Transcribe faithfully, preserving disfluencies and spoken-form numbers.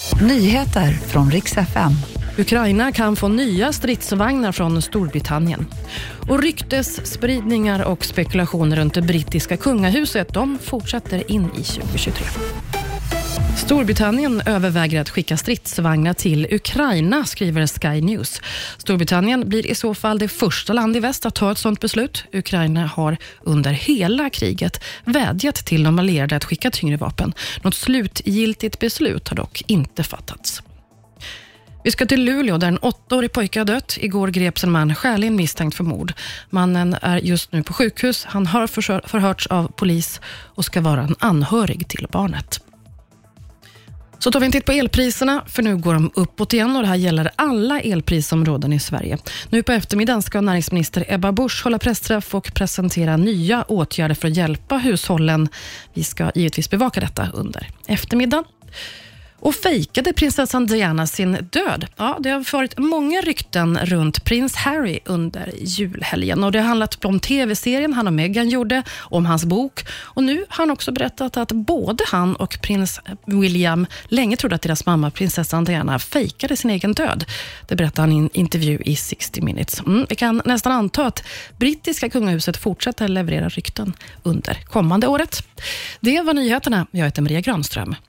Nyheter från Rix F M. Ukraina kan få nya stridsvagnar från Storbritannien. Och ryktesspridningar och spekulationer runt det brittiska kungahuset, de fortsätter in i tjugohundratjugotre. Storbritannien överväger att skicka stridsvagnar till Ukraina, skriver Sky News. Storbritannien blir i så fall det första land i väst att ta ett sådant beslut. Ukraina har under hela kriget vädjat till de allierade att skicka tyngre vapen. Något slutgiltigt beslut har dock inte fattats. Vi ska till Luleå där en åttaårig pojke har dött. Igår greps en man skäligen misstänkt för mord. Mannen är just nu på sjukhus. Han har förhörts av polis och ska vara en anhörig till barnet. Så tar vi en titt på elpriserna, för nu går de uppåt igen och det här gäller alla elprisområden i Sverige. Nu på eftermiddagen ska näringsminister Ebba Busch hålla pressträff och presentera nya åtgärder för att hjälpa hushållen. Vi ska givetvis bevaka detta under eftermiddagen. Och fejkade prinsessan Diana sin död? Ja, det har varit många rykten runt prins Harry under julhelgen. Och det har handlat om tv-serien han och Meghan gjorde, om hans bok. Och nu har han också berättat att både han och prins William länge trodde att deras mamma, prinsessan Diana, fejkade sin egen död. Det berättar han i en intervju i sextio minutes. Mm, vi kan nästan anta att brittiska kungahuset fortsätter leverera rykten under kommande året. Det var nyheterna. Jag heter Maria Granström.